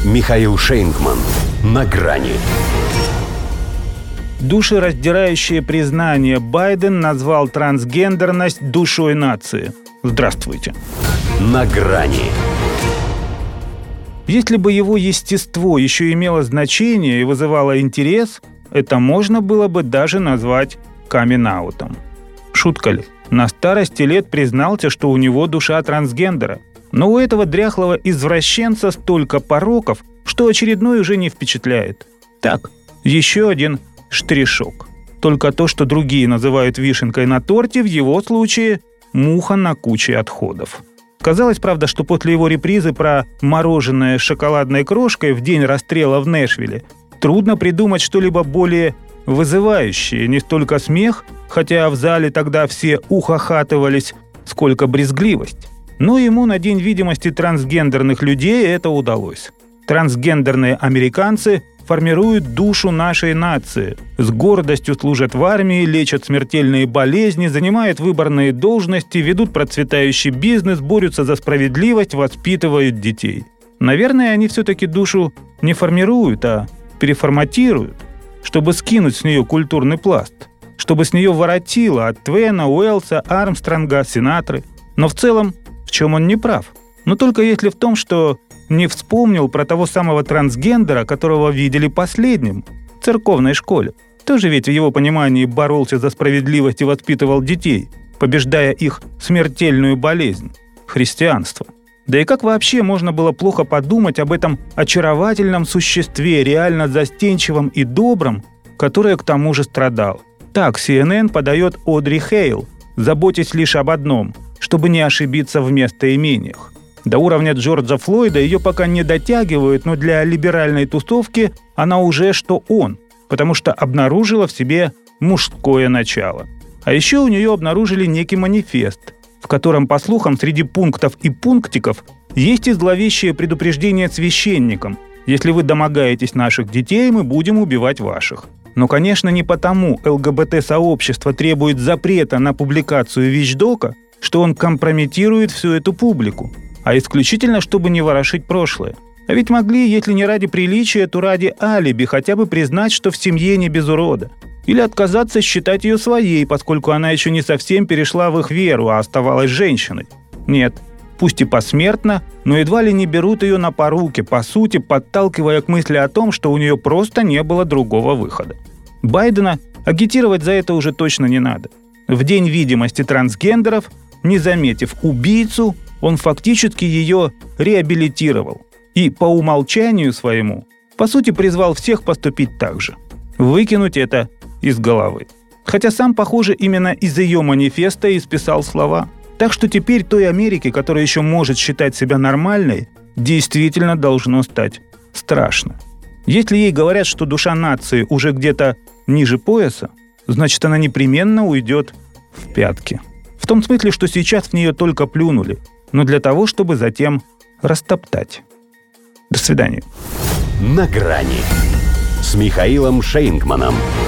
Михаил Шейнгман. На грани. Душераздирающее признание: Байден назвал трансгендерность душой нации. Здравствуйте. На грани. Если бы его естество еще имело значение и вызывало интерес, это можно было бы даже назвать камин-аутом. Шутка ли? На старости лет признался, что у него душа трансгендера. Но у этого дряхлого извращенца столько пороков, что очередной уже не впечатляет. Так, еще один штришок. Только то, что другие называют вишенкой на торте, в его случае муха на куче отходов. Казалось, правда, что после его репризы про мороженое с шоколадной крошкой в день расстрела в Нэшвилле трудно придумать что-либо более вызывающее, не столько смех, хотя в зале тогда все ухахатывались, сколько брезгливость. Но ему на День видимости трансгендерных людей это удалось. Трансгендерные американцы формируют душу нашей нации, с гордостью служат в армии, лечат смертельные болезни, занимают выборные должности, ведут процветающий бизнес, борются за справедливость, воспитывают детей. Наверное, они все-таки душу не формируют, а переформатируют, чтобы скинуть с нее культурный пласт, чтобы с нее воротило от Твена, Уэллса, Армстронга, Синатры. Но в целом, в чем он не прав? Но только если в том, что не вспомнил про того самого трансгендера, которого видели последним в церковной школе. Тоже ведь в его понимании боролся за справедливость и воспитывал детей, побеждая их смертельную болезнь – христианство. Да и как вообще можно было плохо подумать об этом очаровательном существе, реально застенчивом и добром, которое к тому же страдало? Так CNN подает Одри Хейл, заботясь лишь об одном – чтобы не ошибиться в местоимениях. До уровня Джорджа Флойда ее пока не дотягивают, но для либеральной тусовки она уже что он, потому что обнаружила в себе мужское начало. А еще у нее обнаружили некий манифест, в котором, по слухам, среди пунктов и пунктиков есть и зловещее предупреждение священникам: если вы домогаетесь наших детей, мы будем убивать ваших. Но, конечно, не потому ЛГБТ-сообщество требует запрета на публикацию вещдока, что он компрометирует всю эту публику, а исключительно, чтобы не ворошить прошлое. А ведь могли, если не ради приличия, то ради алиби хотя бы признать, что в семье не без урода. Или отказаться считать ее своей, поскольку она еще не совсем перешла в их веру, а оставалась женщиной. Нет, пусть и посмертно, но едва ли не берут ее на поруки, по сути, подталкивая к мысли о том, что у нее просто не было другого выхода. Байдена агитировать за это уже точно не надо. В День видимости трансгендеров, не заметив убийцу, он фактически ее реабилитировал и по умолчанию своему, по сути, призвал всех поступить так же. Выкинуть это из головы. Хотя сам, похоже, именно из ее манифеста и списал слова. Так что теперь той Америке, которая еще может считать себя нормальной, действительно должно стать страшно. Если ей говорят, что душа нации уже где-то ниже пояса, значит, она непременно уйдет в пятки. В том смысле, что сейчас в нее только плюнули, но для того, чтобы затем растоптать. До свидания. На грани с Михаилом Шейнгманом.